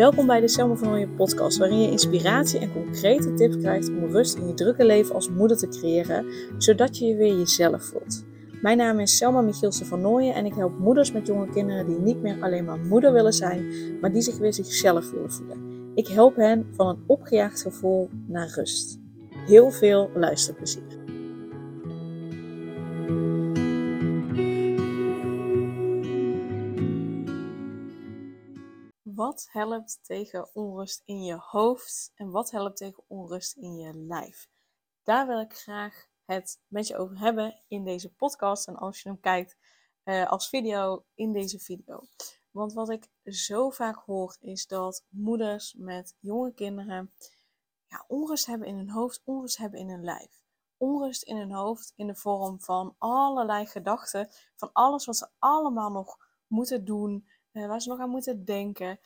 Welkom bij de Selma van Nooijen podcast, waarin je inspiratie en concrete tips krijgt om rust in je drukke leven als moeder te creëren, zodat je je weer jezelf voelt. Mijn naam is Selma Michielse van Nooijen en ik help moeders met jonge kinderen die niet meer alleen maar moeder willen zijn, maar die zich weer zichzelf willen voelen. Ik help hen van een opgejaagd gevoel naar rust. Heel veel luisterplezier. Wat helpt tegen onrust in je hoofd en wat helpt tegen onrust in je lijf? Daar wil ik graag het met je over hebben in deze podcast en als je hem kijkt als video in deze video. Want wat ik zo vaak hoor is dat moeders met jonge kinderen onrust hebben in hun hoofd, onrust hebben in hun lijf. Onrust in hun hoofd in de vorm van allerlei gedachten, van alles wat ze allemaal nog moeten doen, waar ze nog aan moeten denken.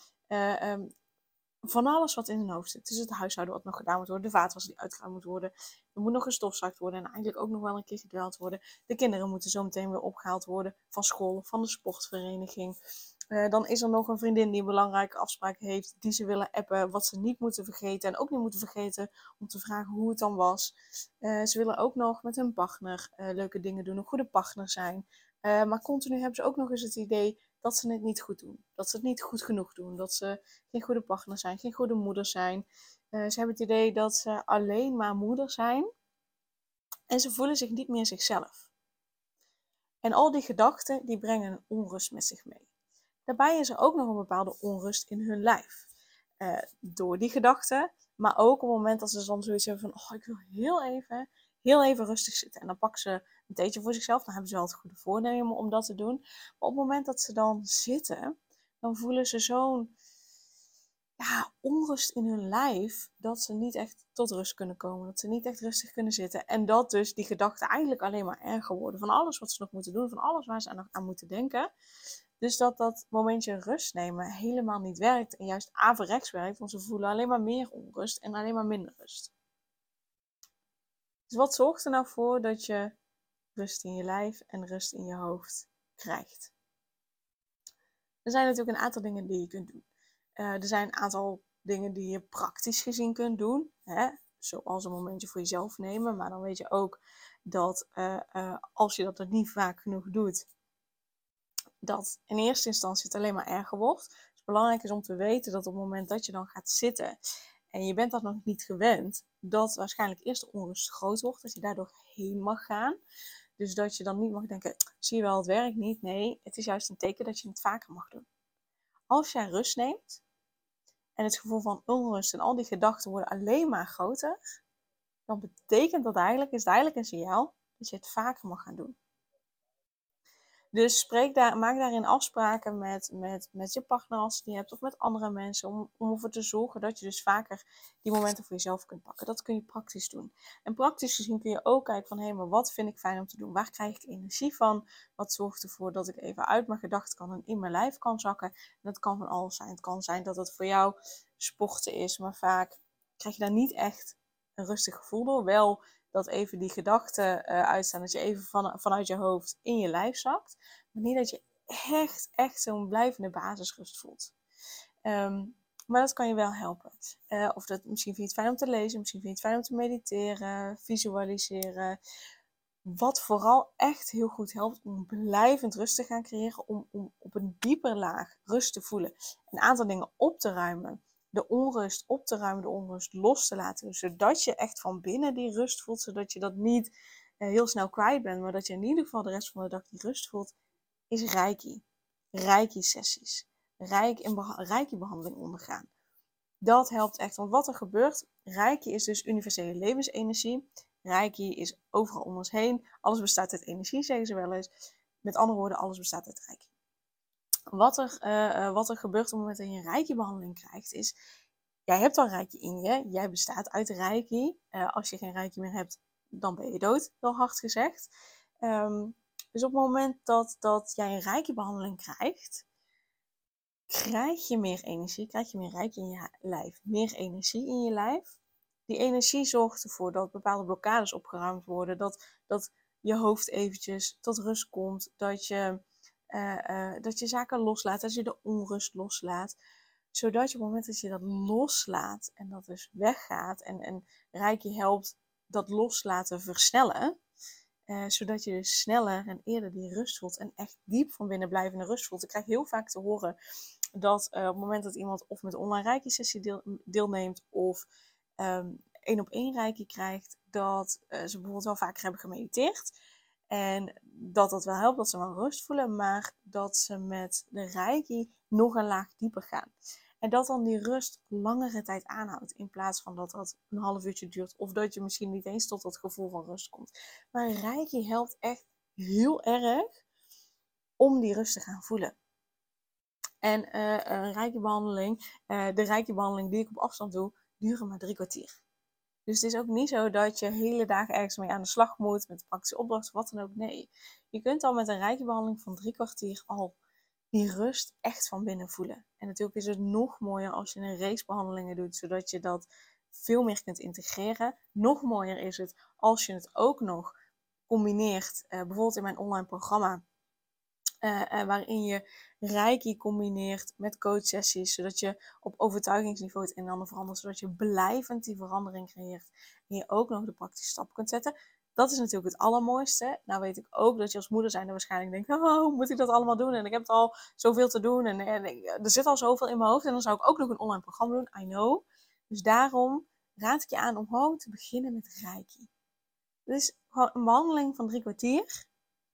Van alles wat in hun hoofd zit. Het is het huishouden wat nog gedaan moet worden, de vaatwasser die uitgehaald moet worden. Er moet nog gestofzuigd worden en eigenlijk ook nog wel een keer gedweld worden. De kinderen moeten zo meteen weer opgehaald worden van school, van de sportvereniging. Dan is er nog een vriendin die een belangrijke afspraak heeft, die ze willen appen, wat ze niet moeten vergeten. En ook niet moeten vergeten om te vragen hoe het dan was. Ze willen ook nog met hun partner leuke dingen doen, een goede partner zijn. Maar continu hebben ze ook nog eens het idee dat ze het niet goed doen. Dat ze het niet goed genoeg doen. Dat ze geen goede partner zijn, geen goede moeder zijn. Ze hebben het idee dat ze alleen maar moeder zijn. En ze voelen zich niet meer zichzelf. En al die gedachten die brengen een onrust met zich mee. Daarbij is er ook nog een bepaalde onrust in hun lijf. Door die gedachten, maar ook op het moment dat ze dan zoiets hebben van, ik wil heel even rustig zitten. En dan pakken ze een theetje voor zichzelf. Dan hebben ze wel het goede voornemen om dat te doen. Maar op het moment dat ze dan zitten, dan voelen ze zo'n onrust in hun lijf, dat ze niet echt tot rust kunnen komen. Dat ze niet echt rustig kunnen zitten. En dat dus die gedachten eigenlijk alleen maar erger worden. Van alles wat ze nog moeten doen, van alles waar ze aan moeten denken. Dus dat momentje rust nemen helemaal niet werkt. En juist averechts werkt, want ze voelen alleen maar meer onrust en alleen maar minder rust. Dus wat zorgt er nou voor dat je rust in je lijf en rust in je hoofd krijgt? Er zijn natuurlijk een aantal dingen die je kunt doen. Er zijn een aantal dingen die je praktisch gezien kunt doen. Zoals een momentje voor jezelf nemen. Maar dan weet je ook dat als je dat niet vaak genoeg doet, dat in eerste instantie het alleen maar erger wordt. Dus belangrijk is om te weten dat op het moment dat je dan gaat zitten en je bent dat nog niet gewend, dat waarschijnlijk eerst de onrust groot wordt, dat je daardoor heen mag gaan. Dus dat je dan niet mag denken, zie je wel, het werkt niet. Nee, het is juist een teken dat je het vaker mag doen. Als jij rust neemt en het gevoel van onrust en al die gedachten worden alleen maar groter, dan betekent dat eigenlijk, is het eigenlijk een signaal dat je het vaker mag gaan doen. Dus maak daarin afspraken met je partner als je die hebt of met andere mensen om ervoor te zorgen dat je dus vaker die momenten voor jezelf kunt pakken. Dat kun je praktisch doen. En praktisch gezien kun je ook kijken van maar wat vind ik fijn om te doen? Waar krijg ik energie van? Wat zorgt ervoor dat ik even uit mijn gedachten kan en in mijn lijf kan zakken? En dat kan van alles zijn. Het kan zijn dat het voor jou sporten is, maar vaak krijg je daar niet echt een rustig gevoel door. Wel dat even die gedachten uitstaan, dat je even vanuit je hoofd in je lijf zakt. Maar niet dat je echt zo'n blijvende basisrust voelt. Maar dat kan je wel helpen. Misschien vind je het fijn om te lezen, misschien vind je het fijn om te mediteren, visualiseren. Wat vooral echt heel goed helpt om blijvend rust te gaan creëren, om op een dieper laag rust te voelen. Een aantal dingen op te ruimen. De onrust op te ruimen, de onrust los te laten. Zodat je echt van binnen die rust voelt. Zodat je dat niet heel snel kwijt bent. Maar dat je in ieder geval de rest van de dag die rust voelt. Is Reiki. Reiki-sessies. Reiki-behandeling ondergaan. Dat helpt echt. Want wat er gebeurt. Reiki is dus universele levensenergie. Reiki is overal om ons heen. Alles bestaat uit energie, zeggen ze wel eens. Met andere woorden, alles bestaat uit Reiki. Wat er gebeurt op het moment dat je een Reiki-behandeling krijgt, is, jij hebt al Reiki in je, jij bestaat uit Reiki. Als je geen Reiki meer hebt, dan ben je dood, wel hard gezegd. Dus op het moment dat jij een Reiki-behandeling krijgt, krijg je meer energie, krijg je meer Reiki in je lijf, meer energie in je lijf. Die energie zorgt ervoor dat bepaalde blokkades opgeruimd worden, dat je hoofd eventjes tot rust komt, dat je zaken loslaat, dat je de onrust loslaat. Zodat je op het moment dat je dat loslaat en dat dus weggaat en Reiki helpt dat loslaten versnellen. Zodat je dus sneller en eerder die rust voelt en echt diep van binnen blijvende rust voelt. Ik krijg heel vaak te horen dat op het moment dat iemand of met online Reiki sessie deelneemt of 1-op-1 Reiki krijgt, dat ze bijvoorbeeld wel vaker hebben gemediteerd. En dat wel helpt, dat ze wel rust voelen, maar dat ze met de Reiki nog een laag dieper gaan. En dat dan die rust langere tijd aanhoudt, in plaats van dat dat een half uurtje duurt, of dat je misschien niet eens tot dat gevoel van rust komt. Maar Reiki helpt echt heel erg om die rust te gaan voelen. En een Reiki-behandeling, de Reiki-behandeling die ik op afstand doe, duren maar 3 kwartier. Dus het is ook niet zo dat je hele dagen ergens mee aan de slag moet, met praktische opdrachten, wat dan ook. Nee, je kunt al met een Reiki-behandeling van 3 kwartier al die rust echt van binnen voelen. En natuurlijk is het nog mooier als je een reeks behandelingen doet, zodat je dat veel meer kunt integreren. Nog mooier is het als je het ook nog combineert, bijvoorbeeld in mijn online programma, waarin je Reiki combineert met coachsessies, zodat je op overtuigingsniveau het een en ander verandert, zodat je blijvend die verandering creëert en je ook nog de praktische stap kunt zetten. Dat is natuurlijk het allermooiste. Nou weet ik ook dat je als moeder zijnde waarschijnlijk denkt, oh, moet ik dat allemaal doen? En ik heb het al zoveel te doen en er zit al zoveel in mijn hoofd en dan zou ik ook nog een online programma doen, I know. Dus daarom raad ik je aan om gewoon te beginnen met Reiki. Dus gewoon een behandeling van 3 kwartier.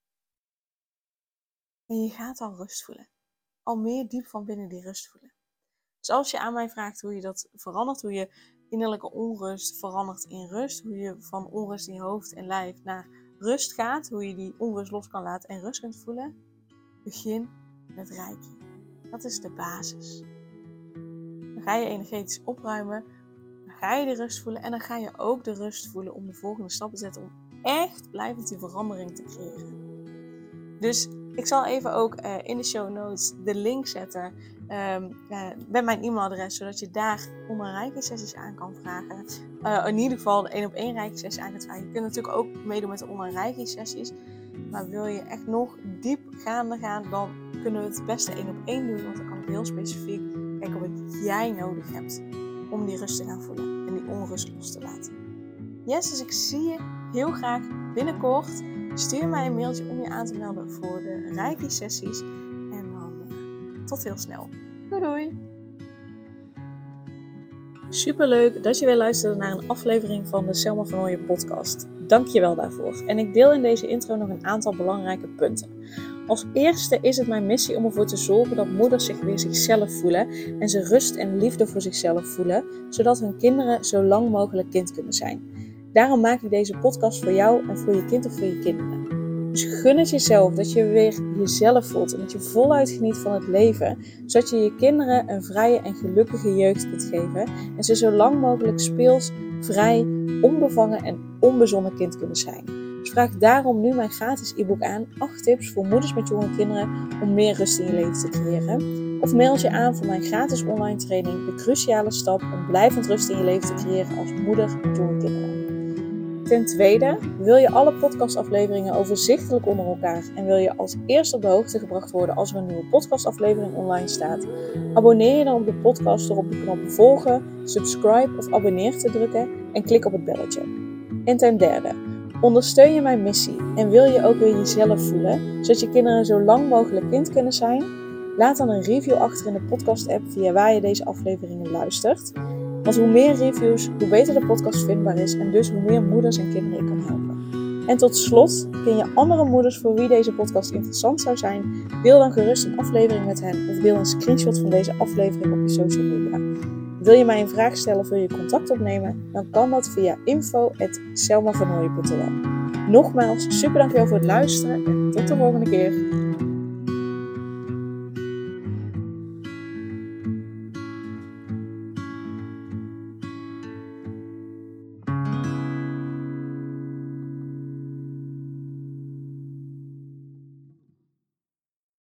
En je gaat al rust voelen. Al meer diep van binnen die rust voelen. Dus als je aan mij vraagt hoe je dat verandert, hoe je innerlijke onrust verandert in rust, hoe je van onrust in je hoofd en lijf naar rust gaat, hoe je die onrust los kan laten en rust kunt voelen, begin met Reiki. Dat is de basis. Dan ga je energetisch opruimen, dan ga je de rust voelen en dan ga je ook de rust voelen om de volgende stap te zetten om echt blijvend die verandering te creëren. Dus ik zal even ook in de show notes de link zetten met mijn e-mailadres, zodat je daar online Reiki-sessies aan kan vragen. In ieder geval de 1-op-1 Reiki-sessie aan kunt vragen. Je kunt natuurlijk ook meedoen met de online Reiki-sessies. Maar wil je echt nog diepgaander gaan, dan kunnen we het beste 1-op-1 doen. Want dan kan ik heel specifiek kijken wat jij nodig hebt om die rust te gaan voelen en die onrust los te laten. Yes, dus ik zie je heel graag binnenkort. Stuur mij een mailtje om je aan te melden voor de Reiki-sessies. En dan tot heel snel. Doei doei! Superleuk dat je weer luisterde naar een aflevering van de Selma van Nooijen podcast. Dank je wel daarvoor. En ik deel in deze intro nog een aantal belangrijke punten. Als eerste is het mijn missie om ervoor te zorgen dat moeders zich weer zichzelf voelen en ze rust en liefde voor zichzelf voelen, zodat hun kinderen zo lang mogelijk kind kunnen zijn. Daarom maak ik deze podcast voor jou en voor je kind of voor je kinderen. Dus gun het jezelf dat je weer jezelf voelt en dat je voluit geniet van het leven, zodat je je kinderen een vrije en gelukkige jeugd kunt geven en ze zo lang mogelijk speels, vrij, onbevangen en onbezonnen kind kunnen zijn. Dus vraag daarom nu mijn gratis e-book aan, 8 tips voor moeders met jonge kinderen om meer rust in je leven te creëren. Of mail je aan voor mijn gratis online training, de cruciale stap om blijvend rust in je leven te creëren als moeder met jonge kinderen. Ten tweede, wil je alle podcastafleveringen overzichtelijk onder elkaar en wil je als eerste op de hoogte gebracht worden als er een nieuwe podcastaflevering online staat? Abonneer je dan op de podcast door op de knop volgen, subscribe of abonneer te drukken en klik op het belletje. En ten derde, ondersteun je mijn missie en wil je ook weer jezelf voelen, zodat je kinderen zo lang mogelijk kind kunnen zijn? Laat dan een review achter in de podcast-app via waar je deze afleveringen luistert. Want hoe meer reviews, hoe beter de podcast vindbaar is en dus hoe meer moeders en kinderen ik kan helpen. En tot slot, ken je andere moeders voor wie deze podcast interessant zou zijn? Deel dan gerust een aflevering met hen of deel een screenshot van deze aflevering op je social media. Wil je mij een vraag stellen of wil je contact opnemen? Dan kan dat via info@selmavernooijen.nl. Nogmaals, super dankjewel voor het luisteren en tot de volgende keer.